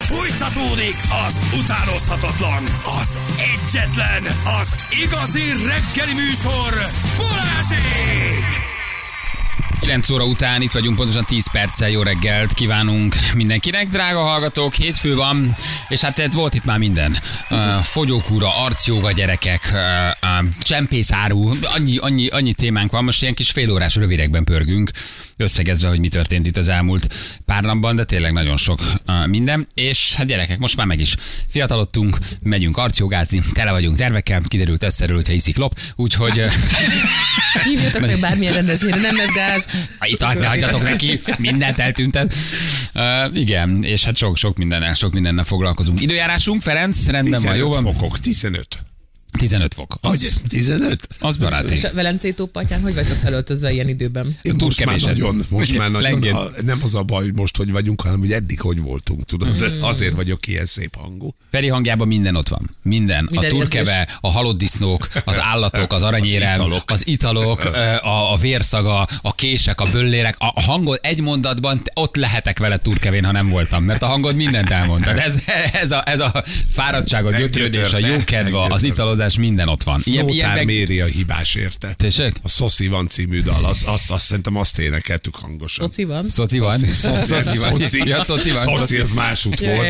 Fújtatódik az utánozhatatlan, az egyetlen, az igazi reggeli műsor, Balázsék! 9 óra után itt vagyunk, pontosan 10 perccel. Jó reggelt kívánunk mindenkinek, drága hallgatók. Hétfő van, és hát volt itt már minden. Fogyókúra, arcjóga gyerekek, csempészáru, annyi témánk van. Most ilyen kis félórás rövidekben pörgünk, összegezve, hogy mi történt itt az elmúlt pár napban, de tényleg nagyon sok minden. És hát gyerekek, most már meg is fiatalodtunk, megyünk arcjogázni, tele vagyunk tervekkel, kiderült összerül, hogyha iszik lop, úgyhogy... Hívjatok meg bármilyen rendezvényre, nem lesz gáz. Itt ne hagyjatok neki, mindent eltüntet. Igen, és hát sok mindennel foglalkozunk. Időjárásunk, Ferenc, rendben van, jó van? 15 fokok, 15 fok. Az 15? Az baráti. És a Velencei tópartján hogy vagytok felöltözve ilyen időben? Most már nagyon, nem az a baj, hogy most hogy vagyunk, hanem hogy eddig hogy voltunk, tudod. Azért vagyok ilyen szép hangú. Feri hangjában minden ott van. Minden a turkeve, a halott disznók, az állatok, az aranyérem, az italok, a vérszaga, a kések, a böllérek. A hangod egy mondatban ott lehetek vele turkevén, ha nem voltam, mert a hangod mindent elmondtad. Ez a fáradtságod, gyötrődés, a jókedv, az italod, minden ott van. Lótár méri a hibás érte. Tessék? A Szoszi van című dal, azt szerintem azt énekeltük hangosan. Szoci van? Szoci van. Szoci az másút volt.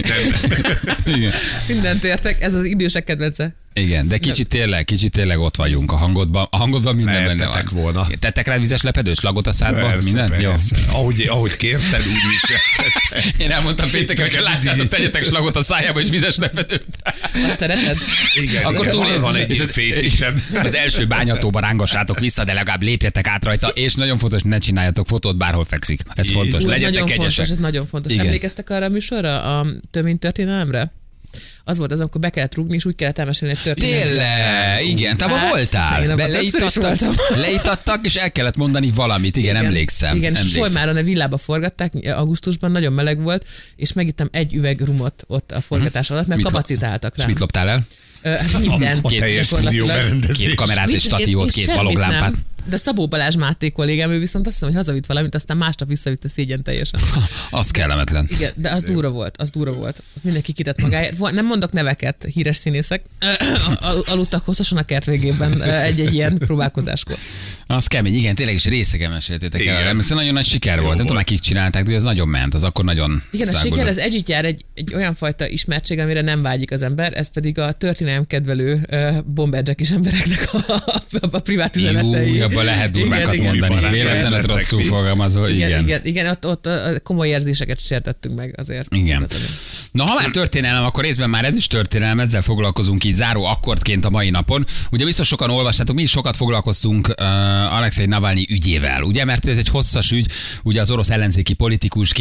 Mindent értek, ez az idősek kedvence. Igen, de kicsit tényleg ott vagyunk a hangodban. A hangodban minden benne van. Volna. Tettek rá vizes lepedős lagot a szádba? Persze, Minden? Persze. Jó. Ahogy kérted, úgy viselkedtek. Én elmondtam pénteken, hogy látjátok, tegyetek slagot a szájába és vizes lepedőt. Azt szereted? Igen, akkor van egy fétisem. Az első bányatóba rángassátok vissza, de legalább lépjetek át rajta, és nagyon fontos, ne csináljatok fotót, bárhol fekszik. Ez fontos. Legyetek kegyesek. Ez nagyon fontos. Igen. Emlékeztek arra a műsorra, a Több mint történelemre? Az volt az, amikor be kellett rúgni, és úgy kellett elmesélni egy történetet. Tényleg, igen, te abban voltál. Leítattak, és el kellett mondani valamit, igen, emlékszem. Igen, és Solymáron a villába forgatták, augusztusban nagyon meleg volt, és megittem egy üveg rumot ott a forgatás alatt, mert kapacitáltak rá. És mit loptál el? Minden. Két kamerát és statívot, két baloglámpát. De Szabó Balázs Máté kollégám, ő viszont azt hiszem, hogy hazavitt valamit, aztán másnap visszavitte szégyen teljesen. Az kellemetlen. Igen, de az durva volt. Mindenki kitett magáért. Nem mondok neveket, híres színészek. Aludtak hosszasan a kert végében egy ilyen próbálkozáskor. Az kemény, igen, tényleg is részegen meséltétek el. Emlékszem, nagyon nagy siker volt. Nem tudom, kik csinálták, de az nagyon ment, az akkor nagyon. Igen, a siker az együtt jár egy olyan fajta ismertség, amire nem vágyik az ember. Ez pedig a történelemkedvelő bomberjack-is embereknek a privát üzenetei. Abban lehet durvákat mondani. Véletlenül rosszul fogalmazol. Igen, ott komoly érzéseket sértettünk meg azért. Igen. Na, ha már történelem, akkor részben már ez is történelem, ezzel foglalkozunk így záró akkordként a mai napon. Ugye biztos sokan olvastátok, mi is sokat foglalkoztunk Alexei Navalnyi ügyével, ugye, mert ez egy hosszas ügy, ugye az orosz ellenzéki politikus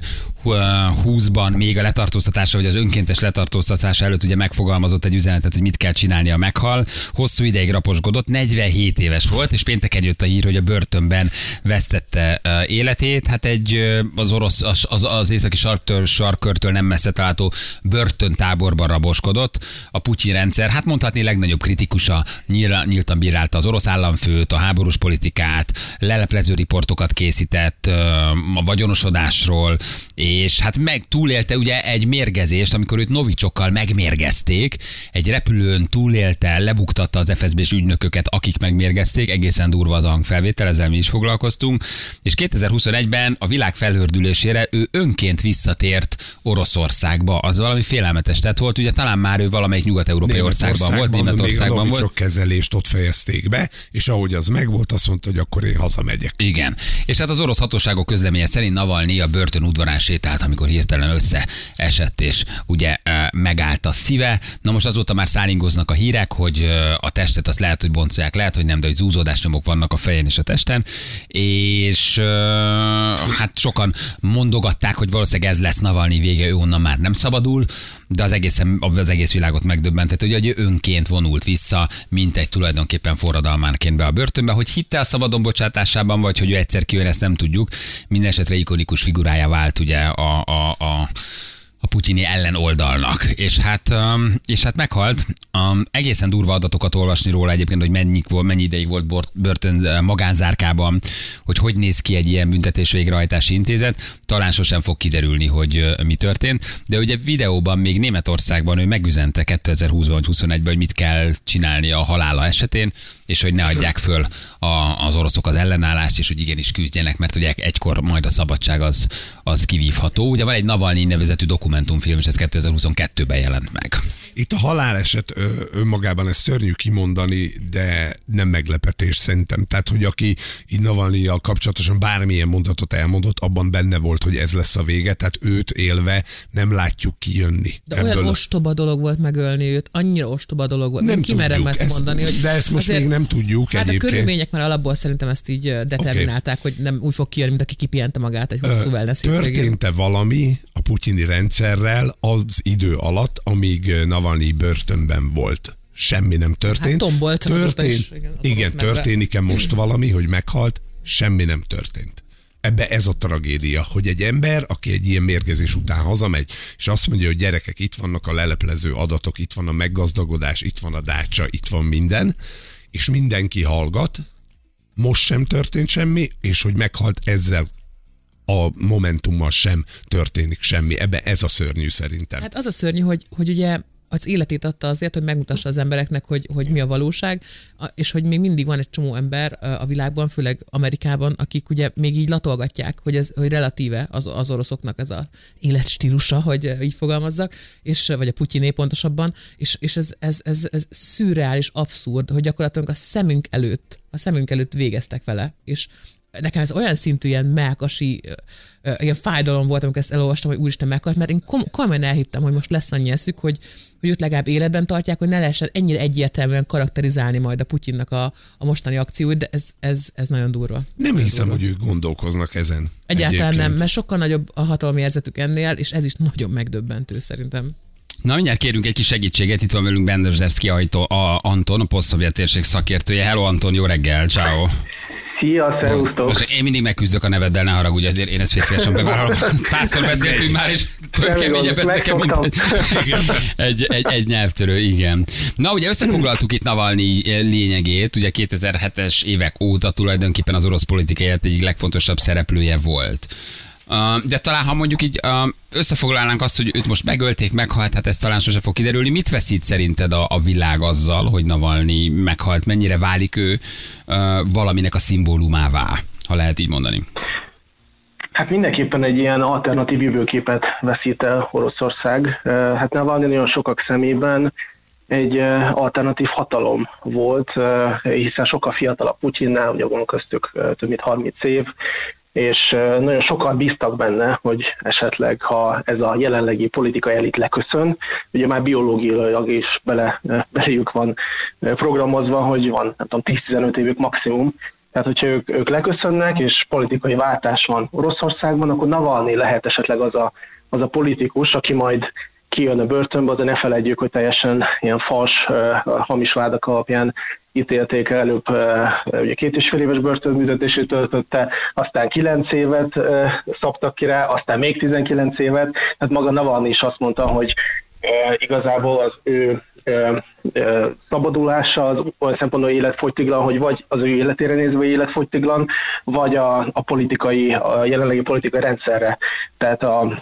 2020-ban még a letartóztatása, vagy az önkéntes letartóztatása előtt ugye megfogalmazott egy üzenetet, hogy mit kell csinálnia, meghal. Hosszú ideig raposgodott, 47 éves volt, és pénteken jött a hír, hogy a börtönben vesztette életét. Hát az orosz, az északi sarkkörtől nem messze található börtöntáborban raboskodott. A Putyin rendszer, hát mondhatni legnagyobb kritikusa, nyíltan bírálta az orosz államfőt, a háborús politikát, leleplező riportokat készített a vagyonosodásról, és hát meg túlélte ugye egy mérgezést, amikor őt novicsokkal megmérgezték, egy repülőn túlélte, lebuktatta az FSB-s ügynököket, akik megmérgezték, egészen durva az a hangfelvétel, ezzel mi is foglalkoztunk, és 2021-ben a világ felhördülésére ő önként visszatért Oroszországba. Az valami félelmetes tett volt, ugye talán már ő valamelyik nyugat-európai országban volt, Németországban volt. Még a kezelést ott fejezték be, és ahogy az megvolt, azt mondta, hogy akkor én hazamegyek. Igen. És hát az orosz hatóságok közleménye szerint Navalnyi a börtön udvarán sétált, amikor hirtelen összeesett, és ugye megállt a szíve. Na most azóta már szállingoznak a hírek, hogy a testet azt lehet, hogy boncolják, lehet, hogy nem, de hogy zúzódásnyomok vannak a fején és a testen, és hát sokan mondogatták, hogy valószínűleg ez lesz Navalnyi vége, ő onnan már nem szabadul, de az egész világot megdöbbentett, hogy ő önként vonult vissza, mint egy tulajdonképpen forradalmánként be a börtönbe, hogy hitte a szabadon bocsátásában, vagy hogy ő egyszer kijön, ezt nem tudjuk. Mindenesetre ikonikus figurájá vált ugye a putyini ellenoldalnak, és hát meghalt. Egészen durva adatokat olvasni róla egyébként, hogy mennyi ideig volt börtön magánzárkában, hogy néz ki egy ilyen büntetés végrehajtási intézet. Talán sosem fog kiderülni, hogy mi történt, de ugye videóban még Németországban ő megüzente 2020-ban vagy 2021-ben, hogy mit kell csinálni a halála esetén, és hogy ne adják föl az oroszok az ellenállást, és hogy igenis küzdjenek, mert ugye egykor majd a szabadság az kivívható. Ugye van egy Navalnyi nevezetű dokumentumfilm, és ez 2022-ben jelent meg. Itt a haláleset önmagában ez szörnyű kimondani, de nem meglepetés szerintem. Tehát, hogy aki így Navalnyival kapcsolatosan bármilyen mondatot elmondott, abban benne volt, hogy ez lesz a vége, tehát őt élve nem látjuk kijönni. De olyan ostoba dolog volt megölni őt, annyira ostoba dolog volt. Nem kimerem ezt mondani. Hogy de ezt most még nem tudjuk egyébként. A körülmények már alapból szerintem ezt így determinálták, hogy nem úgy fog kijönni, mint aki kipihente magát egy hosszú wellness hétvégén. Történt-e valami a putyini rendszerrel az idő alatt, amíg Navalnyi börtönben volt? Semmi nem történt. Hát tombolt történik-e most valami, hogy meghalt? Semmi nem történt. Ebbe ez a tragédia, hogy egy ember, aki egy ilyen mérgezés után hazamegy, és azt mondja, hogy gyerekek, itt vannak a leleplező adatok, itt van a meggazdagodás, itt van a dácsa, itt van minden, és mindenki hallgat, most sem történt semmi, és hogy meghalt ezzel a momentummal sem történik semmi. Ebbe ez a szörnyű szerintem. Hát az a szörnyű, hogy ugye az életét adta azért, hogy megmutassa az embereknek, hogy mi a valóság, és hogy még mindig van egy csomó ember a világban, főleg Amerikában, akik ugye még így latolgatják, hogy relatíve az oroszoknak ez az életstílusa, hogy így fogalmazzak, vagy a Putyiné pontosabban, és ez szürreális, abszurd, hogy gyakorlatilag a szemünk előtt végeztek vele, és nekem ez olyan szintű ilyen melkasi, ilyen fájdalom volt, amikor ezt elolvastam, hogy úristen meghalt, mert én komolyan elhittem, hogy most lesz annyi eszük, hogy őt legalább életben tartják, hogy ne lehessen ennyire egyértelműen karakterizálni majd a Putyinnak a mostani akcióit, de ez nagyon durva. Nem hiszem, hogy ők gondolkoznak ezen. Egyáltalán nem, mert sokkal nagyobb a hatalmi érzetük ennél, és ez is nagyon megdöbbentő szerintem. Na, mindjárt kérünk egy kis segítséget, itt van velünk Benderzsevszky Anton, a posztszovjet térség szakértője. Hello Anton, jó reggel, ciao. Szia, szervusztok! Most én mindig megküzdök a neveddel, ne haragudj, ezért én ezt férfiasan bevállalom. 100-szor beszéltünk már, és keményebb ez nekem, mint egy nyelvtörő, igen. Na, ugye összefoglaltuk itt Navalnyi lényegét, ugye 2007-es évek óta tulajdonképpen az orosz politikai élet egyik legfontosabb szereplője volt. De talán, ha mondjuk így összefoglalnánk azt, hogy őt most megölték, meghalt, hát ez talán sose fog kiderülni. Mit veszít szerinted a világ azzal, hogy Navalnyi meghalt? Mennyire válik ő valaminek a szimbólumává, ha lehet így mondani? Hát mindenképpen egy ilyen alternatív jövőképet veszít el Oroszország. Hát Navalnyi nagyon sokak szemében egy alternatív hatalom volt, hiszen sokkal fiatalabb Putyinnál, ugye van köztük több mint 30 év, és nagyon sokan bíztak benne, hogy esetleg, ha ez a jelenlegi politikai elit leköszön, ugye már biológiailag is beléjük van programozva, hogy van, nem tudom, 10-15 évük maximum. Tehát, hogyha ők leköszönnek, és politikai váltás van Oroszországban, akkor Navalnyi lehet esetleg az a politikus, aki majd kijön a börtönbe, de ne feledjük, hogy teljesen ilyen fals, hamis vádak alapján ítélték előbb, ugye 2,5 éves börtönbüntetését töltötte, aztán 9 évet szabtak ki rá, aztán még 19 évet, tehát maga Navalnyi is azt mondta, hogy igazából az ő szabadulása az olyan szempontból életfogytiglan, hogy vagy az ő életére nézve életfogytiglan, vagy a jelenlegi politikai rendszerre. Tehát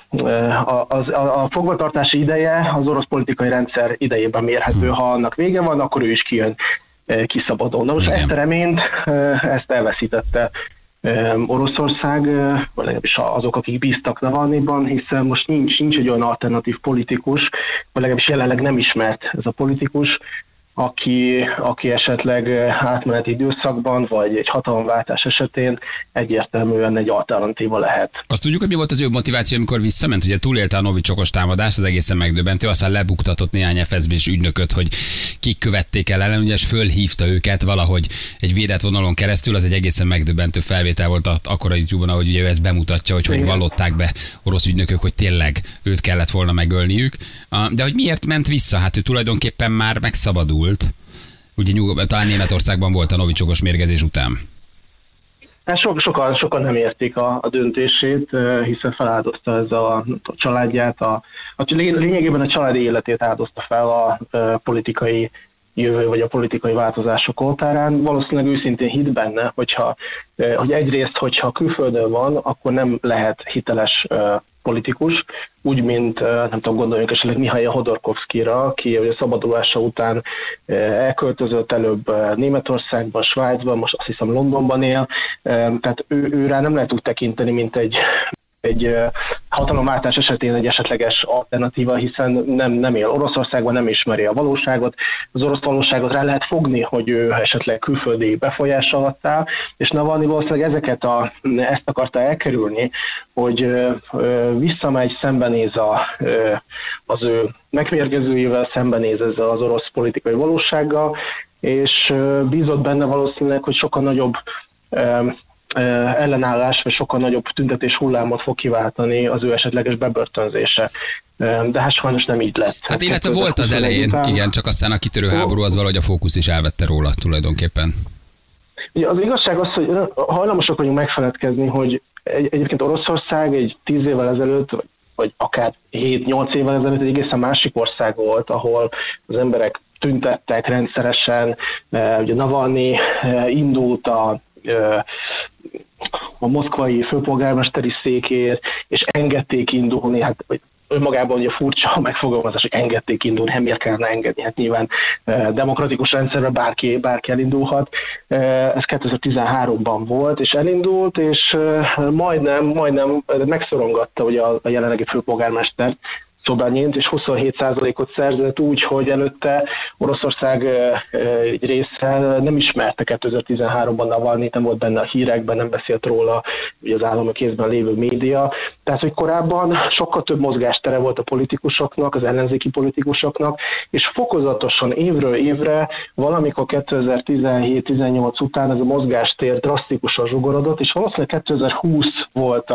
a fogvatartási ideje az orosz politikai rendszer idejében mérhető. Ha annak vége van, akkor ő is kijön kiszabadul. Na most ezt a reményt, ezt elveszítette Oroszország, vagy legalábbis azok, akik bíztak Navalnyiban, hiszen most nincs egy olyan alternatív politikus, vagy legalábbis jelenleg nem ismert ez a politikus, aki esetleg átmeneti időszakban, vagy egy hatalomváltás esetén egyértelműen egy alternatíva lehet. Azt tudjuk, hogy mi volt az ő motiváció, amikor visszament, ugye túlélte a novicsokos támadást, az egészen megdöbbentő, aztán lebuktatott néhány FSB-s ügynököt, hogy kik követték el ellen, ugye, és fölhívta őket valahogy egy védett vonalon keresztül, az egy egészen megdöbbentő felvétel volt akkor a YouTube-on, ahogy ugye ő ezt bemutatja, hogy vallották be orosz ügynökök, hogy tényleg őt kellett volna megölniük. De hogy miért ment vissza? Hát ő tulajdonképpen már megszabadult. Ugye talán Németországban volt a novicsokos mérgezés után. Sokan nem értik a döntését, hiszen feláldozta ez a családját, lényegében a családi életét áldozta fel a politikai jövő vagy a politikai változások oltárán. Valószínűleg őszintén hitt benne, hogy egyrészt, hogyha külföldön van, akkor nem lehet hiteles politikus, úgy, mint nem tudom, gondoljunk esetleg Mihail Hodorkovszkira, aki a szabadulása után elköltözött előbb Németországban, Svájcban, most azt hiszem Londonban él, tehát őrá nem lehet úgy tekinteni, mint egy hatalomváltás esetén egy esetleges alternatíva, hiszen nem él Oroszországban, nem ismeri a valóságot. Az orosz valóságot rá lehet fogni, hogy ő esetleg külföldi befolyás alatt áll, és Navalnyi valószínűleg ezt akarta elkerülni, hogy visszamegy, szembenéz az ő megmérgezőjével, szembenéz ezzel az orosz politikai valósággal, és bízott benne valószínűleg, hogy sokkal nagyobb ellenállás, vagy sokkal nagyobb tüntetés hullámot fog kiváltani az ő esetleges bebörtönzése. De hát sajnos nem így lett. Hát illetve volt az elején, igen, csak aztán a kitörő háború az valahogy a fókusz is elvette róla tulajdonképpen. Ugye az igazság az, hogy hajlamosak vagyunk megfeledkezni, hogy egyébként Oroszország egy 10 évvel ezelőtt, vagy akár 7-8 évvel ezelőtt egy egészen másik ország volt, ahol az emberek tüntettek rendszeresen. Ugye Navalnyi indult a moszkvai főpolgármesteri székért, és engedték indulni, hát önmagában ugye furcsa a megfogalmazás, hogy engedték indulni, nem miért kellene engedni, hát nyilván demokratikus rendszerben bárki elindulhat. Ez 2013-ban volt, és elindult, és majdnem megszorongatta ugye a jelenlegi főpolgármester, Szobanyint, és 27%-ot szerzett úgy, hogy előtte Oroszország egy része nem ismerte 2013-ban Navalnyit, nem volt benne a hírekben, nem beszélt róla ugye az állami kézben lévő média. Tehát, hogy korábban sokkal több mozgástere volt a politikusoknak, az ellenzéki politikusoknak, és fokozatosan évről évre, valamikor 2017-18 után ez a mozgástér drasztikusan zsugorodott, és valószínűleg 2020 volt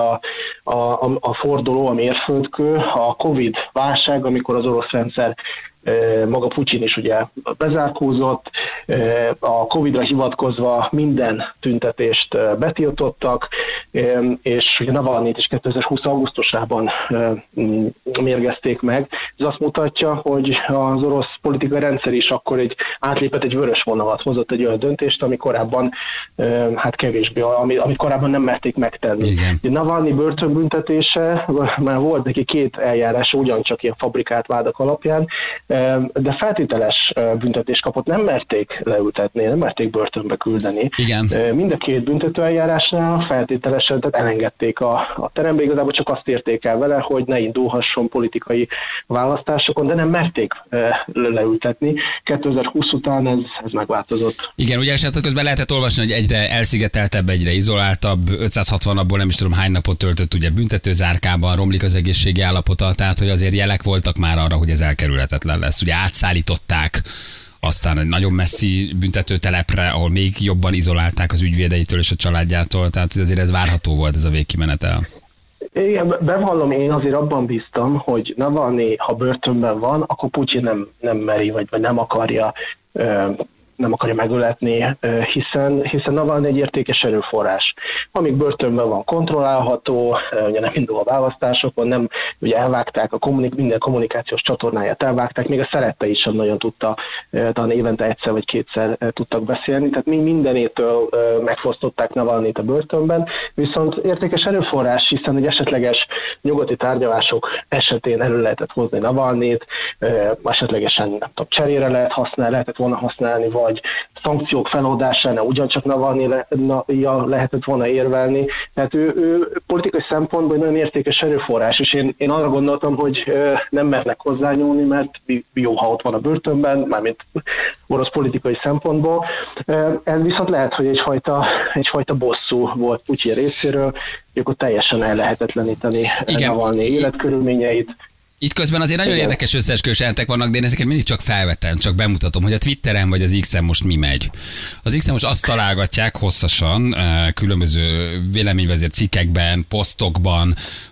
a forduló, a mérföldkő, a Covid válság, amikor az orosz rendszer, maga Putyin is ugye bezárkózott, a Covid-ra hivatkozva minden tüntetést betiltottak, és ugye Navalnyit is 2020. augusztusában mérgezték meg. Ez azt mutatja, hogy az orosz politikai rendszer is akkor átlépett egy vörös vonalat, hozott egy olyan döntést, ami korábban hát kevésbé, amit korábban nem merték megtenni. Navalnyi börtönbüntetése, már volt neki 2 eljárása, ugyancsak ilyen fabrikált vádak alapján, de feltételes büntetést kapott, nem merték leültetni, nem merték börtönbe küldeni. Igen. Mind a 2 büntetőeljárásnál feltételesen, tehát elengedték a terembe, igazából csak azt érték el vele, hogy ne indulhasson politikai választásokon, de nem merték leültetni. 2020 után ez megváltozott. Igen, ugye esetleg közben lehetett olvasni, hogy egyre elszigeteltebb, egyre izoláltabb, 560 napból nem is tudom hány napot töltött ugye büntetőzárkában, romlik az egészségi állapota, tehát hogy azért jelek voltak már arra, hogy ez elkerülhetetlen lesz. Ugye átszállították aztán egy nagyon messzi büntetőtelepre, ahol még jobban izolálták az ügyvédeitől és a családjától, tehát azért ez várható volt, ez a végkimenetel. Igen, bevallom, én azért abban bíztam, hogy Navalnyi, ha börtönben van, akkor Putyin nem meri, vagy nem akarja megöletni, hiszen Navalnyi egy értékes erőforrás. Amíg börtönben van, kontrollálható, ugye nem indul a választásokon, nem, ugye elvágták minden kommunikációs csatornáját, elvágták, még a szerettei sem nagyon tudta, talán évente egyszer vagy kétszer tudtak beszélni, tehát mindenétől megfosztották Navalnyit a börtönben, viszont értékes erőforrás, hiszen egy esetleges nyugati tárgyalások esetén elő lehetett hozni Navalnyit, esetlegesen nem tudom, cserére lehetett volna használni, vagy szankciók feloldásánál ugyancsak Navalnyira lehetett volna érvelni. Tehát ő politikai szempontból egy nagyon értékes erőforrás, és én arra gondoltam, hogy nem mernek hozzányúlni, mert jó, ha ott van a börtönben, mármint orosz politikai szempontból. Ez viszont lehet, hogy egyfajta bosszú volt Putyin részéről, hogy akkor teljesen ellehetetleníteni Navalnyi életkörülményeit. Itt közben azért nagyon érdekes összeesküvés eltek vannak, de én ezeket mindig csak felvetem, csak bemutatom, hogy a Twitteren vagy az X-en most mi megy. Az X-en most azt találgatják hosszasan, különböző véleményvezér cikkekben, posztokban,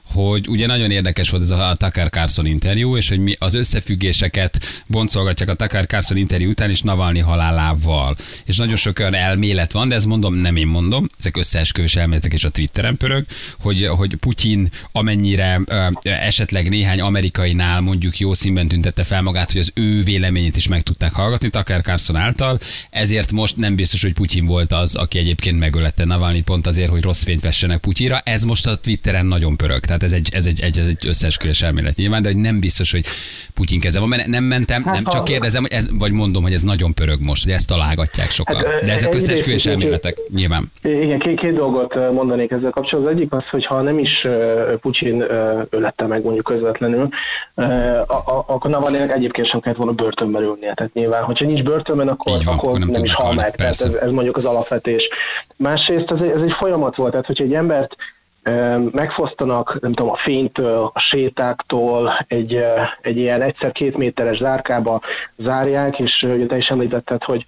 hogy ugye nagyon érdekes volt ez a Tucker Carlson interjú, és hogy mi az összefüggéseket boncolgatják a Tucker Carlson interjú után is Navalnyi halálával. És nagyon sok olyan elmélet van, de ezt mondom, nem én mondom, ezek összeesküvés elméletek és a Twitteren pörög, hogy Putyin amennyire esetleg néhány amerikainál mondjuk jó színben tüntette fel magát, hogy az ő véleményét is meg tudták hallgatni Tucker Carlson által, ezért most nem biztos, hogy Putyin volt az, aki egyébként megölette Navalnyit pont azért, hogy rossz fényt vessenek Putyinra. Ez most a Twitteren nagyon pörög. Tehát ez egy összeesküvés elmélet nyilván, de hogy nem biztos, hogy Putyin keze van. Mert nem mentem, nem csak kérdezem, hogy ez, vagy mondom, hogy ez nagyon pörög most, hogy ezt találgatják sokan. De ezek összeesküvés elméletek nyilván. Igen, két dolgot mondanék ezzel kapcsolatban. Az egyik az, hogy ha nem is Putyin ölette meg mondjuk közvetlenül, akkor Navalnyinak egyébként sem kellett volna börtönben ülnie. Tehát nyilván, hogyha nincs börtönben, akkor nem is hal meg. Tehát ez mondjuk az alapvetés. Másrészt ez egy folyamat volt, tehát hogyha egy embert megfosztanak, nem tudom, a fénytől, a sétáktól, egy ilyen egyszer 2 méteres zárkába zárják, és ugye te is említetted, hogy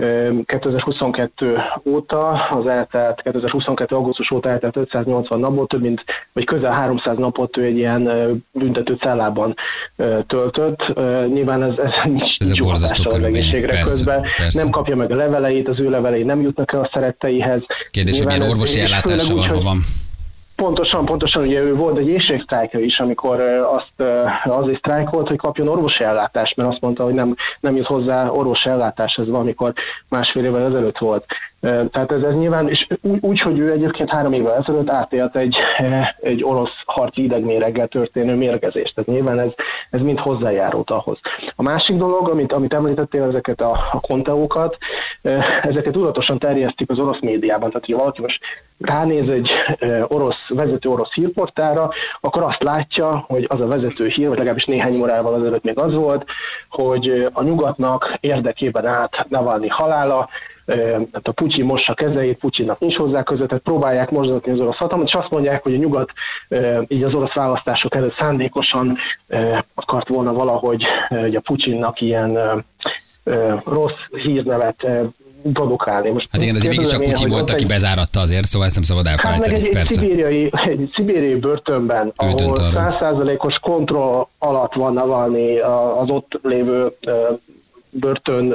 2022 óta, az eltelt 2022. augusztus óta eltelt 580 napot, több mint, vagy közel 300 napot ő egy ilyen büntető cellában töltött. Nyilván ez nincs jó hatással az egészségre közben. Persze. Nem kapja meg a leveleit, az ő levelei nem jutnak el a szeretteihez. Kérdés, hogy milyen orvosi ellátása van, ha van. Pontosan, ugye ő volt egy éhségsztrájkja is, amikor azért sztrájkolt, hogy kapjon orvosi ellátást, mert azt mondta, hogy nem jut hozzá orvosi ellátás, ez valamikor 1,5 évvel ezelőtt volt. Tehát ez nyilván, és úgy, hogy ő egyébként 3 évvel ezelőtt átélt egy orosz harci idegméreggel történő mérgezést. Tehát nyilván ez mind hozzájárult ahhoz. A másik dolog, amit említettél, ezeket a konteókat, ezeket tudatosan terjesztik az orosz médiában. Tehát, hogy valaki most ránéz egy vezető orosz hírportára, akkor azt látja, hogy az a vezető hír, vagy legalábbis néhány órával azelőtt még az volt, hogy a nyugatnak érdekében állt Navalnyi halála, tehát a Putyin mossa kezeit, Putyinnak nincs hozzá között, tehát próbálják mozgatni az orosz hatalmat, és azt mondják, hogy a nyugat így az orosz választások előtt szándékosan akart volna valahogy a Putyinnak ilyen rossz hírnevet produkálni. Most hát igen, azért mégiscsak Putyin volt, aki bezáratta azért, szóval ezt nem szabad elfelejteni. Hát egy szibériai börtönben, ahol 100%-os kontroll alatt van Navalnyi az ott lévő börtön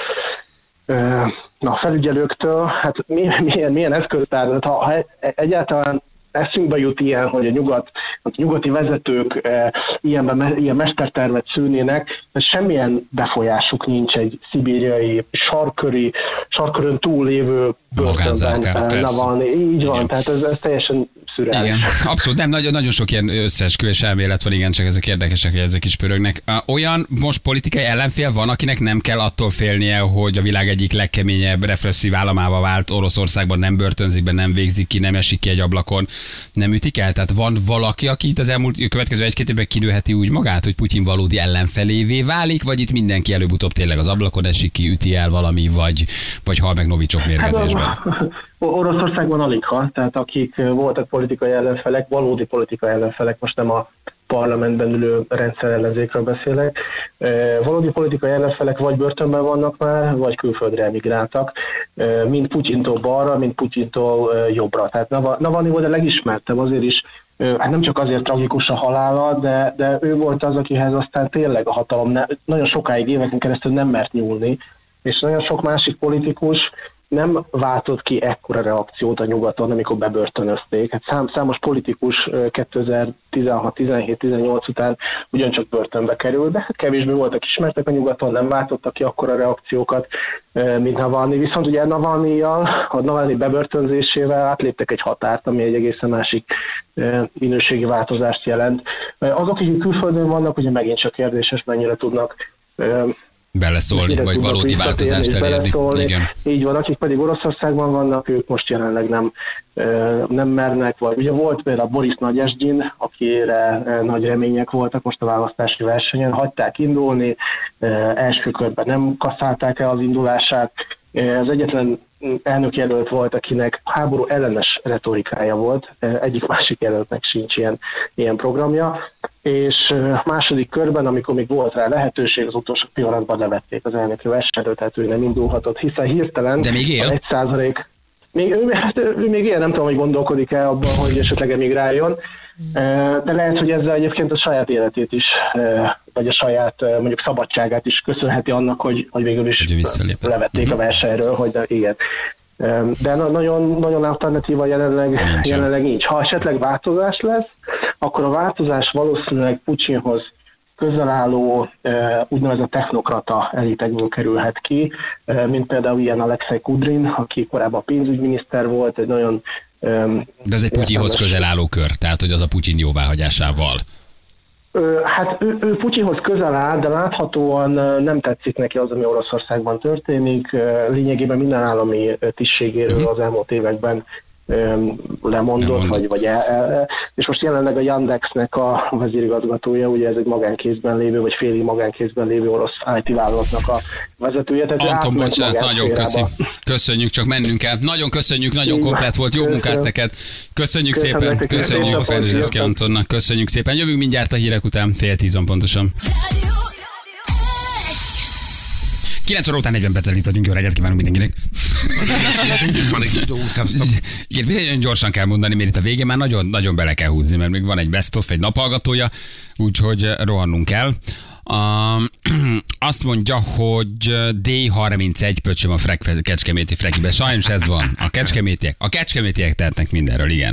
felügyelőktől, hát milyen eszköztár, ha egyáltalán eszünkbe jut ilyen, hogy a nyugati vezetők ilyen mestertervet szülnének, de semmilyen befolyásuk nincs egy szibériai sarkörön túllévő börtönben Navalnyi. Így van, tehát ez teljesen szürreális. Igen, abszolút nem, nagyon sok ilyen összeesküvés elmélet van, igen, csak ezek érdekesek, hogy ezek is pörögnek. Olyan most politikai ellenfél van, akinek nem kell attól félnie, hogy a világ egyik legkeményebb represszív államává vált Oroszországban nem börtönzik be, nem végzik ki, nem esik ki egy ablakon, nem ütik el? Tehát van valaki, aki itt az következő 1-2 évben kinőheti úgy magát, hogy Putyin valódi ellenfelévé válik, vagy itt mindenki előbb-utóbb tényleg az ablakon esik ki, üti el valami, vagy hal meg Novicsok mérgezésben? Oroszországban alig hal, tehát akik voltak politikai ellenfelek, valódi politikai ellenfelek, most nem a parlamentben ülő rendszerellenzékről beszélek. Valódi politikai ellenfelek vagy börtönben vannak már, vagy külföldre emigráltak, mind Putyintól balra, mind Putyintól jobbra. Tehát Navalnyi volt a legismertebb, azért is, hát nem csak azért tragikus a halála, de ő volt az, akihez aztán tényleg a hatalom nagyon sokáig, éveken keresztül nem mert nyúlni, és nagyon sok másik politikus nem váltott ki ekkora reakciót a nyugaton, amikor bebörtönözték. Hát számos politikus 2016, 17, 18 után ugyancsak börtönbe került, de hát kevésbé voltak ismertek a nyugaton, nem váltottak ki akkora reakciókat, mint Navalnyi. Viszont ugye a Navalnyi bebörtönzésével átléptek egy határt, ami egy egészen másik minőségi változást jelent. Azok, akik külföldön vannak, ugye megint csak kérdéses, mennyire tudnak beleszólni, vagy valódi változást elérni. Igen. Így van, akik pedig Oroszországban vannak, ők most jelenleg nem mernek, vagy ugye volt például Boris Nagyesgyin, akire nagy remények voltak most a választási versenyen, hagyták indulni, első körben nem kasszálták el az indulását, az egyetlen elnökjelölt volt, akinek háború ellenes retorikája volt, egyik másik jelöltnek sincs ilyen programja, és második körben, amikor még volt rá lehetőség, az utolsó pillanatban levették az elnöki versenyről, tehát ő nem indulhatott, hiszen hirtelen de még él? 1%. ő még ilyen nem tudom, hogy gondolkodik-e abban, hogy esetleg emigráljon, de lehet, hogy ezzel egyébként a saját életét is, vagy a saját mondjuk szabadságát is köszönheti annak, hogy végül is levették a versenyről, hogy igen. De nagyon alternatíva jelenleg nincs. Ha esetleg változás lesz, akkor a változás valószínűleg Putyinhoz közel álló úgynevezett technokrata elitekből kerülhet ki, mint például ilyen Alexei Kudrin, aki korábban pénzügyminiszter volt, egy nagyon... De ez egy Putyinhoz közel álló kör, tehát hogy az a Putyin jóváhagyásával. Hát ő Putyinhoz közel áll, de láthatóan nem tetszik neki az, ami Oroszországban történik. Lényegében minden állami tisztségéről az elmúlt években lemondott, és most jelenleg a Yandexnek a vezérigazgatója, ugye ez egy magánkézben lévő, vagy félig magánkézben lévő orosz IT vállalatnak a vezetője. Anton, bocsánat, nagyon köszönjük, csak mennünk kell. Nagyon köszönjük, nagyon komplett volt, jó munkát neked. Köszönjük szépen, köszönjük Ferenczewski Antonnak, köszönjük szépen. Jövünk mindjárt a hírek után, 9:10 pontosan. 9 óra után 40 perccel itt vagyunk, jó reggelt kívánunk mindenkinek. Igen, nagyon gyorsan kell mondani, mert itt a végén már nagyon bele kell húzni, mert még van egy best of, egy naphallgatója, úgyhogy rohannunk kell. Azt mondja, hogy D31 pöcsöm a kecskeméti frekibe. Sajnos ez van. A kecskemétiek tehetnek mindenről, igen.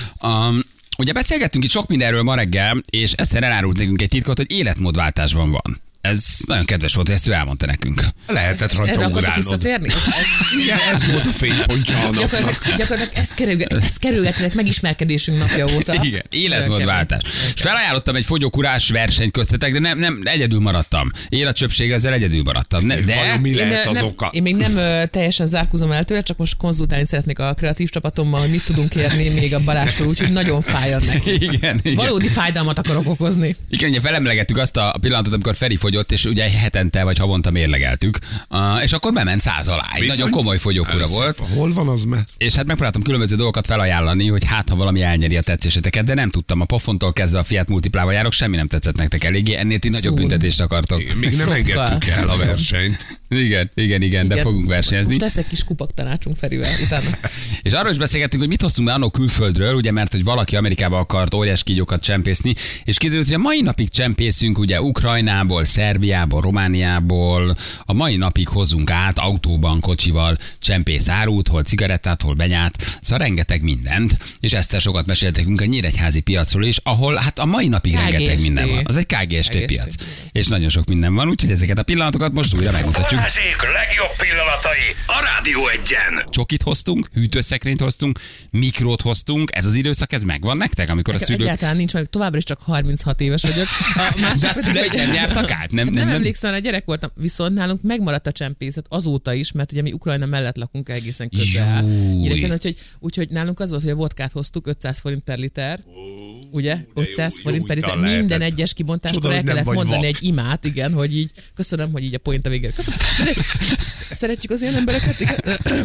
Ugye beszélgettünk itt sok mindenről ma reggel, és Eszter elárult nekünk egy titkot, hogy életmódváltásban van. Ez nagyon kedves volt, hogy ezt ő elmondta nekünk. Lehetett rajta ugrálnod. Igen, ez volt a fénypontja a napnak. Gyakorlatilag ez kerülgetett megismerkedésünk napja óta. Igen, életmódváltás. És felajánlottam egy fogyókurás versenyt köztetek, de nem egyedül maradtam. Életcsöpség, ezzel egyedül maradtam. Mi lehet az oka? Én még nem teljesen zárkózom el tőle, csak most konzultálni szeretnék a kreatív csapatommal, hogy mit tudunk kérni még a Balázstól, úgyhogy nagyon fájad neki. Igen. Valódi fájdalmat akarok okozni. Igen, ugye felemlegettük azt a pillanatot, amikor Feri fogyott, és ugye hetente vagy havonta mérlegeltük, és akkor bement 100 alá. Egy nagyon komoly fogyókúra volt. Hol van az már? És hát megpróbáltam különböző dolgokat felajánlani, hogy hát ha valami elnyeri a tetszéseteket, de nem tudtam. A pofontól kezdve a Fiat Multiplával járok, semmi nem tetszett nektek eléggé, ennél ti nagyobb büntetést akartok. Még nem engedtük el a versenyt. Igen, de fogunk versenyezni. Most lesz egy kis kupak tanácsunk Ferivel utána. És arról is beszélgettünk, hogy mit hoztunk be annó külföldről, ugye, mert hogy valaki Amerikába akart óriás kígyókat csempészni, és kiderült, hogy a mai napig csempészünk, ugye Ukrajnából, Szerbiából, Romániából, a mai napig hozunk át autóban, kocsival csempész árut, hol cigarettát, hol benyát, szóval rengeteg mindent, és Eszter sokat meséltekünk a nyíregyházi piacról is, ahol hát a mai napig rengeteg minden van. Az egy KGST piac. És nagyon sok minden van, úgyhogy ezeket a pillanatokat most újra megmutatjuk. Balázsék legjobb pillanatai a Rádió Egyen. Csokit hoztunk, hűtőszekrényt hoztunk, mikrót hoztunk, ez az időszak, ez megvan nektek, amikor a szülők... Egyáltalán nincs, mert továbbra is csak 36 éves vagyok. De a szüleik nem jártak át? Nem emlékszem, hogy gyerek voltam, viszont nálunk megmaradt a csempészet azóta is, mert ugye mi Ukrajna mellett lakunk egészen közel. Úgyhogy nálunk az volt, hogy a vodkát hoztuk 500 forint per liter. Ugye? 500 forint per liter. Minden egyes kibontáskor el kellett mondani egy imát, igen, hogy így köszönöm, hogy így a point a végére. Köszönöm. Szeretjük az ilyen embereket, igen.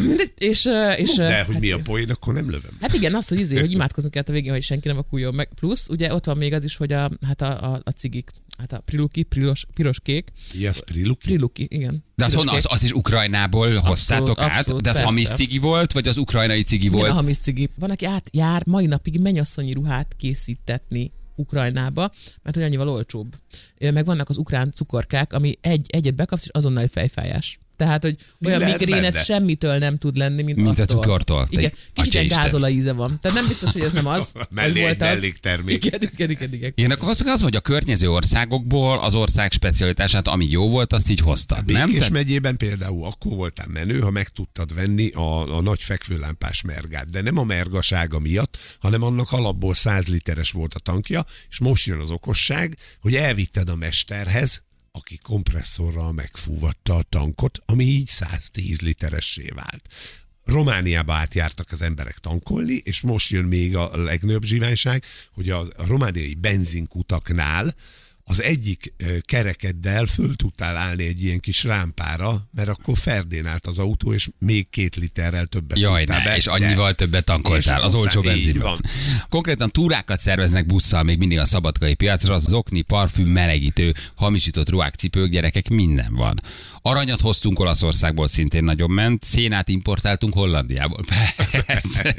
De hogy mi a poén, akkor nem lövöm. Hát igen, az, hogy hogy imádkozni kellett a végén, hogy senki nem vakuljon meg. Plusz, ugye ott van még az is, hogy a cigik, hát a priluki, piros-kék. Yes, priluki? Priluki, igen. De az is Ukrajnából hoztátok át? De az hamis cigi volt, vagy az ukrajnai cigi volt? Igen, a hamis cigi. Van, aki átjár mai napig mennyasszonyi ruhát készítetni Ukrajnába, mert hogy annyival olcsóbb. Meg vannak az ukrán cukorkák, ami egyet bekapsz, és azonnal fejfájás. Tehát, hogy olyan migrénet semmitől nem tud lenni, mint a cukortól. Igen, kicsit egy gázola íze van. Tehát nem biztos, hogy ez nem az. Mellé egy melléktermék. Igen, akkor az, hogy a környező országokból az ország specialitását, ami jó volt, azt így hoztad, nem? Békés megyében például akkor voltál menő, ha meg tudtad venni a nagy fekvőlámpás mergát. De nem a mergasága miatt, hanem annak alapból 100 literes volt a tankja, és most jön az okosság, hogy elvitted a mesterhez, aki kompresszorral megfúvatta a tankot, ami így 110 literessé vált. Romániába átjártak az emberek tankolni, és most jön még a legnagyobb zsiványság, hogy a romániai benzinkutaknál az egyik kerekeddel föl tudtál állni egy ilyen kis rámpára, mert akkor Ferdén az autó, és még 2 literrel többet tudtál be. És annyival többet tankoltál az olcsó benzinben. Konkrétan túrákat szerveznek busszal még mindig a szabadkai piacra, az zokni, parfüm, melegítő, hamisított ruhák, cipők, gyerekek, minden van. Aranyat hoztunk Olaszországból, szintén nagyon ment, szénát importáltunk Hollandiából. Persze.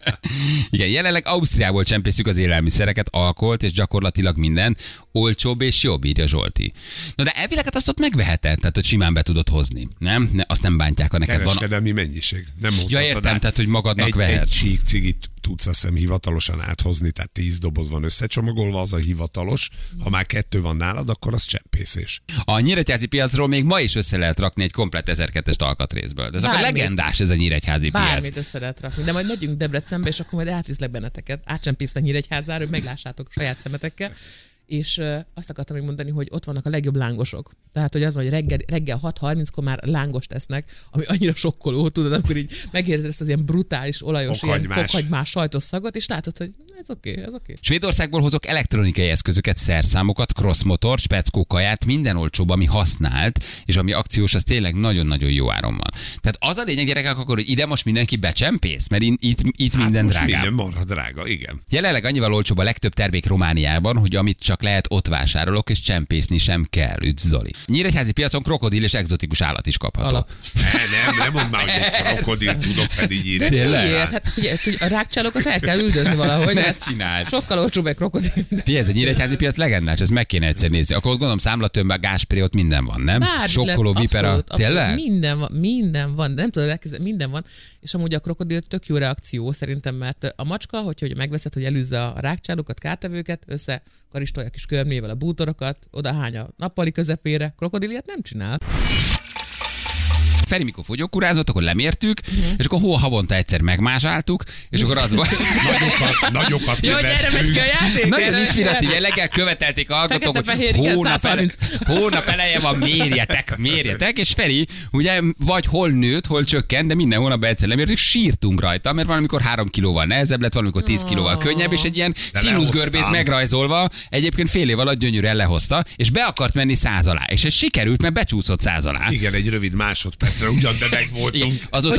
Igen, jelenleg Ausztriából csempészük az élelmiszereket, alkoholt és gyakorlatilag minden, olcsóbb és jobb, írja Zsolti. Na de elvileg azt ott megveheted, tehát hogy simán be tudod hozni, nem? Azt nem bántják, ha neked van. Kereskedelmi mennyiség. Nem hozhatod. Ja, értem, tehát hogy magadnak vehet. Egy csík cigit tudsz azt hiszem hivatalosan áthozni, tehát 10 doboz van összecsomagolva, az a hivatalos. Ha már 2 van nálad, akkor az csempészés. A nyíregyházi piacról még ma is össze lehet rakni egy komplet 1002-es alkatrészből. De ez a legendás, ez a nyíregyházi piac. Bármit össze lehet rakni. De majd megyünk Debrecenbe, és akkor majd átviszlek benneteket. Átcsempésznek Nyíregyházára, hogy meglássátok saját szemetekkel. És azt akartam még mondani, hogy ott vannak a legjobb lángosok. Tehát, hogy az van, hogy reggel 6:30-kor már lángost tesznek, ami annyira sokkoló, tudod, akkor így megérzed ezt az ilyen brutális, olajos, ilyen fokhagymás sajtos szagot, és látod, hogy ez oké. Svédországból hozok elektronikai eszközöket, szerszámokat, crossmotor, speckó kaját, minden olcsóbb, ami használt, és ami akciós, az tényleg nagyon-nagyon jó áron van. Tehát az a lényeg, gyerekek, akkor, hogy ide most mindenki becsempész, mert itt minden drágább. Minden marha drága, igen. Jelenleg annyival olcsóbb a legtöbb termék Romániában, hogy amit csak lehet, ott vásárolok, és csempészni sem kell. Üdv Zoli. Nyíregyházi piacon krokodil és egzotikus állat is kapható. Nem mondd már, hogy egy krokodil tudok pedig írni. Tényleg? Hát figyelj, a rákcsálókat el kell üldözni valahogy. Ne csináld. Sokkal olcsóbb egy krokodil. Figyelj, ez a nyíregyházi piac legendás, ez meg kéne egyszer nézni. Akkor gondolom számlatömbben, Gásperi, ott minden van, nem? Sokkoló, vipera. Tényleg? Minden van. Nem tudom, minden van. És amúgy a krokodil tök jó reakció szerintem, mert a macska, hogyha megveszed, hogy elűzze a rákcsálókat, kártevőket, karistolja kis körmével a bútorokat, odahány a nappali közepére. Krokodil ilyet nem csinál. Feri, mikor fogyókúrázott, akkor lemértük, és akkor havonta egyszer megmázsáltuk, és akkor az volt. Nagyokat jó, hogy erre megy ki a játék. Nagyon inspiratív jelleggel követelték a hallgatók, hogy hónap eleje van, mérjetek, és Feri ugye vagy hol nőtt, hol csökkent, de minden hónapban egyszer lemértük, sírtunk rajta, mert valamikor 3 kilóval nehezebb lett, valamikor 10 kilóval könnyebb, és egy ilyen színuszgörbét megrajzolva egyébként fél év alatt gyönyörűen lehozta, és be akart menni 100 alá, és ez sikerült, mert becsúszott 100 alá. Igen, egy rövid másodperc. Ugyan, de meg voltunk. Azóta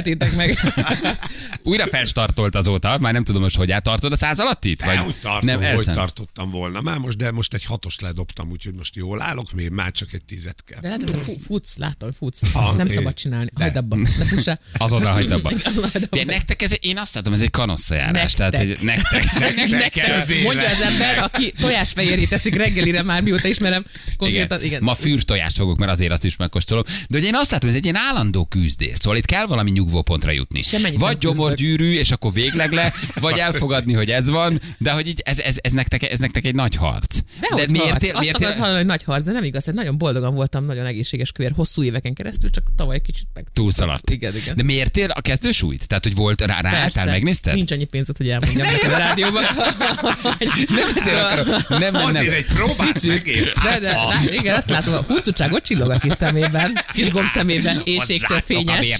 újra felstartolt azóta, már nem tudom most, hogy tartod a 100 alatt itt? Vagy hogy tartottam volna. De most egy 6-ost ledobtam, úgyhogy most jól állok, még már csak egy 10-et kell. De futsz. Ezt nem szabad csinálni. Hagyd abba. Ne fuss el. Azonnal hagyd abba. Nektek én azt látom, ez egy kanosszajárás. Tehát, nektek. Mondja az ember, aki tojásfehérjét teszik reggelire már, mióta ismerem. Konkrétan, igen. Ma fűrtojást fogok, mert azért azt is megkóstolom. De hogy én azt látom, ez egy ilyen állandó küzdés. Szóval itt kell valami nyugvópontra jutni. Vagy gyomorgyűrű, és akkor végleg le, vagy elfogadni, hogy ez van, de hogy így ez nektek egy nagy harc. De miért? Azt akarod hallani, hogy nagy harc, de nem igaz. Nagyon boldogan voltam, nagyon egészséges kövér hosszú éveken keresztül, csak tavaly kicsit meg túlszaladt. Igen. De miért a kezdősúlyt? Tehát, hogy volt ráálltál, megnézted? Nincs annyi pénzed, hogy elmondjam neked a rádióban. Nem azért akarom. Nem. Azért egy próbát megér. Igen, azt látom, a húcutságot csillog a kis szemében, kis gomb szemében, éjségtől fényes.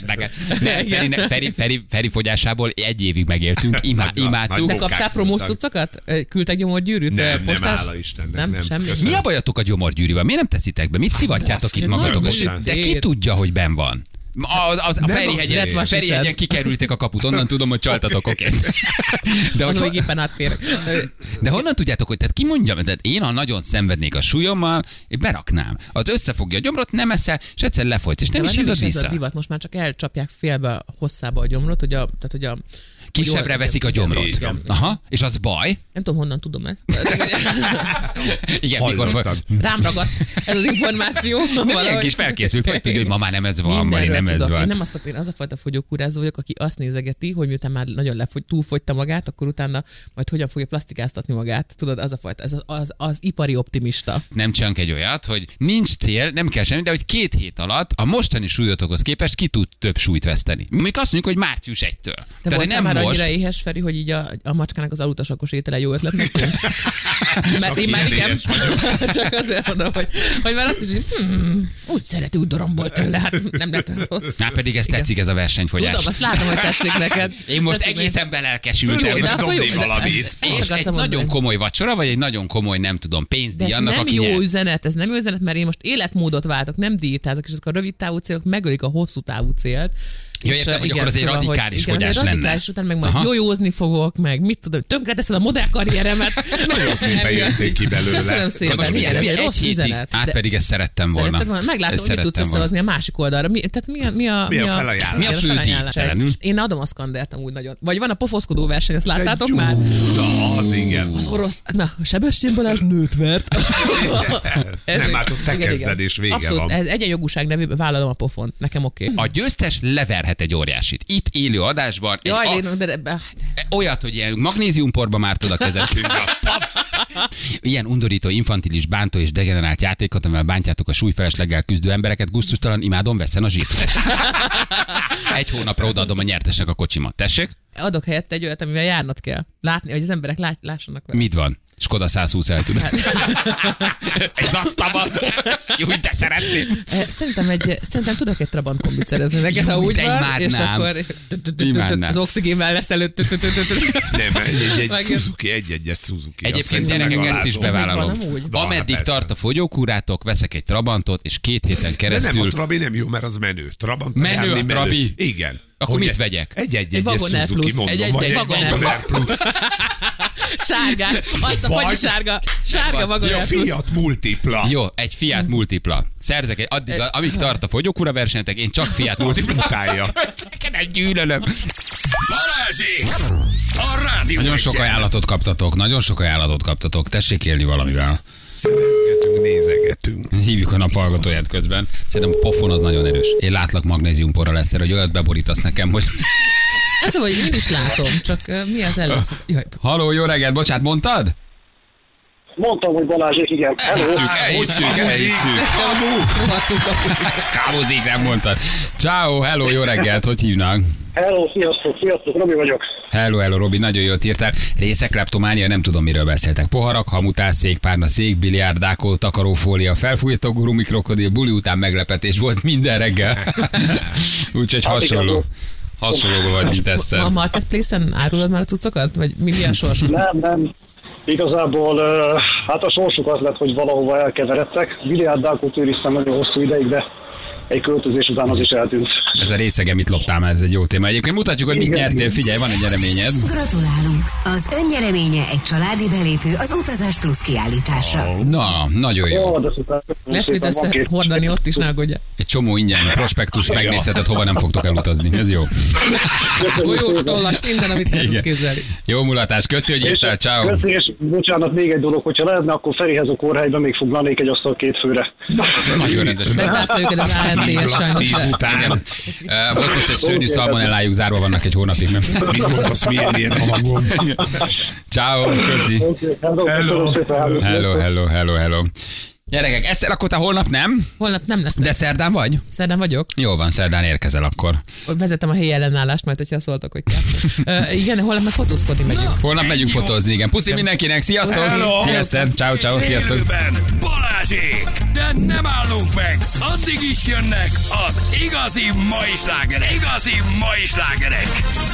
Feri fogyásából 1 évig megéltünk, imádtuk. De kaptál promós cuccokat? Küldtek gyomorgyűrűt? Nem, hála Istennek, nem. Semmi. Mi a bajatok a gyomorgyűrűvel? Miért nem teszitek be? Mit szivatjátok itt magatokat? De ki tudja, hogy benn van? A Ferihegyen kikerültek a kaput, onnan tudom, hogy csaltatok, oké. De az még éppen átfér. De honnan tudjátok, hogy tehát ki mondja, tehát én, ha nagyon szenvednék a súlyommal, én beraknám. Az összefogja a gyomrot, nem eszel, és egyszer lefolytsz, és nem is hízod vissza. Ez a divat, most már csak elcsapják félbe hosszába a gyomrot, hogy a kisebbre veszik a gyomrot. Aha, és az baj. Nem tudom, honnan tudom ezt. Igen, mikor rám ragadt ez az információ. Nem ilyen kis felkészült, hogy tudja, hogy ma már nem ez van, ma nem ez van. Én az a fajta fogyókúrázó vagyok, aki azt nézegeti, hogy miután már nagyon túlfogyta magát, akkor utána majd hogyan fogja plastikáztatni magát. Tudod, az a fajta, ez az ipari optimista. Nem csinálunk egy olyat, hogy nincs cél, nem kell semmi, de hogy 2 hét alatt a mostani súlyotokhoz képest ki tud több súlyt veszteni. Még azt mondjuk, hogy március 1-től. Tehát nem annyira éhes, Feri, hogy így a macskának az alutasakos étele jó ötletnek tűnt. Mert én már igen, csak azért mondom, hogy már azt is, hogy úgy szereti, úgy dorombolt tőle, hát nem lett rossz. Na pedig ez tetszik, ez a versenyfogyás. Tudom, azt látom, hogy tetszik neked. Én most egészen belelkesültem. És egy nagyon komoly vacsora, vagy egy nagyon komoly, nem tudom, pénzdíj annak, nem aki jó nyer. üzenet, ez nem jó üzenet, mert én most életmódot váltok, nem diétázok, és ezek a rövid távú célok megölik a hosszú távú célt. Ja, értem, hogy akkor az egy radikális fogyás lenne. Radikális után meg majd jójózni fogok, meg mit tudom, tönkreteszed a modellkarrieremet. Nagyon szépen jöttél ki belőle. Köszönöm szépen, milyen rossz üzenet. Át pedig ezt szerettem volna. Meglátom, hogy mit tudsz összehozni a másik oldalra. Tehát mi a felajánlás? Mi a fődíj? Én adom a Skandert amúgy nagyon. Vagy van a pofoszkodó verseny, ezt láttátok már? Az igen. Az orosz, na, Sebestyén Balázs nőt vert. Nem, hát ott te kezded, és vége abszolút, van. Ez egyenjogúság nevében vállalom a pofont. Nekem oké. A győztes leverhet egy óriásit. Itt élő adásban. Olyat, hogy ilyen magnéziumporba mártod a kezed. Ilyen undorító, infantilis, bántó és degenerált játékot, amivel bántjátok a súlyfelesleggel küzdő embereket, gusztustalan, imádom, veszen a zsír. Egy hónapra odaadom a nyertesnek a kocsimat. Tessék? Adok helyette egy olyat, amivel járnod kell. Látni, hogy az emberek lássanak vele. Mit van? Skoda 120 eltűnt. Ez asztalban. Jó, de szeretném. Szerintem tudok egy Trabant kombit szerezni neked, ha úgy van, és akkor az oxigénvel lesz előtt. Nem, egy Suzuki, egy Suzuki. Egyébként gyerekek, ezt is bevállalom. Ameddig tart a fogyókúrátok, veszek egy Trabantot, és 2 héten keresztül... De nem, a Trabi nem jó, mert az menő. Menő a Trabi? Igen. Akkor mit vegyek? Egy Vagon R plusz. Egy Vagon R plusz. Sárgán. Azt a fagyi sárga Vagon R plusz. Fiat Multipla. Jó, egy Fiat Multipla. Szerzek egy, amíg tart a fogyókúra versenyetek, én csak Fiat Multipla. Ezt neked egy gyűlölöm. Balázsék! A Rádió Nagyon sok ajánlatot kaptatok. Tessék élni valamivel. Szerezgetünk, nézegetünk. Hívjuk a naphallgatóját közben. Szerintem a pofon az nagyon erős. Én látlak magnéziumporral egyszer, hogy olyat beborítasz nekem, hogy... Ez a, hogy én is látom, csak mi az először? Halló, jó reggelt, bocsánat, mondtad? Mondtam, hogy Balázsék, igen. Elhisszük. Kávozik, nem mondtad. Ciao, hello, jó reggelt, hogy hívnak? Hello, sziasztok, Robi vagyok. Hello, Robi, nagyon jót írtál. Részek, kleptománia, nem tudom, miről beszéltek. Poharak, hamutál, székpárna, szék, biliárd, dákó, takarófólia, felfújható gumikrokodil, buli után meglepetés volt minden reggel. Úgyhogy hasonlóban vagy, mint Eszter. A Marketplace-en árulod már a cuccokat? Vagy mi a sorsuk? Nem. Igazából hát a sorsuk az lett, hogy valahova elkeveredtek. Biliárd dákót őriztem nagyon hosszú ideig, de egy költözés után az is eltűnt. Ez a részeg, amit loptál már, ez egy jó téma. Egyébként mutatjuk, hogy mit nyertél. Figyelj, van egy nyereményed. Gratulálunk! Az önnyereménye egy családi belépő az Utazás Plusz kiállításra. Na, nagyon jó. Lesz mit összehordani ott is, ne aggódja. Egy csomó ingyen prospektus megnézheted, hova nem fogtok elutazni. Ez jó. Golyós tollak, minden, amit el tudsz képzelni. Jó mulatás, köszi, hogy írtál, ciao. Köszi, és bocsánat, még egy dolog, hogyha lehetne, akkor Ferihez a kórhelyben még foglalnék egy asztal 2 főre. Nagyon rendes. Bezárta őket az ANTS sajnos. Volt most egy szörnyű szalmonellájuk, zárva vannak egy hónapig. Mit mondasz, milyen hangom? Ciao, köszi. Hello. Gyerekek, egyszer akkor te holnap nem? Holnap nem lesz. De szerdán vagy? Szerdán vagyok. Jó van, szerdán érkezel akkor. Vezetem a helyi ellenállást, majd hogyha szóltak, hogy kell. Igen, holnap meg fotózkodni megyünk. Holnap megyünk fotózni, igen. Puszi mindenkinek, sziasztok! Sziasztok, ciao, sziasztok! Balázsék! De nem állunk meg! Addig is jönnek az igazi mai slágerek!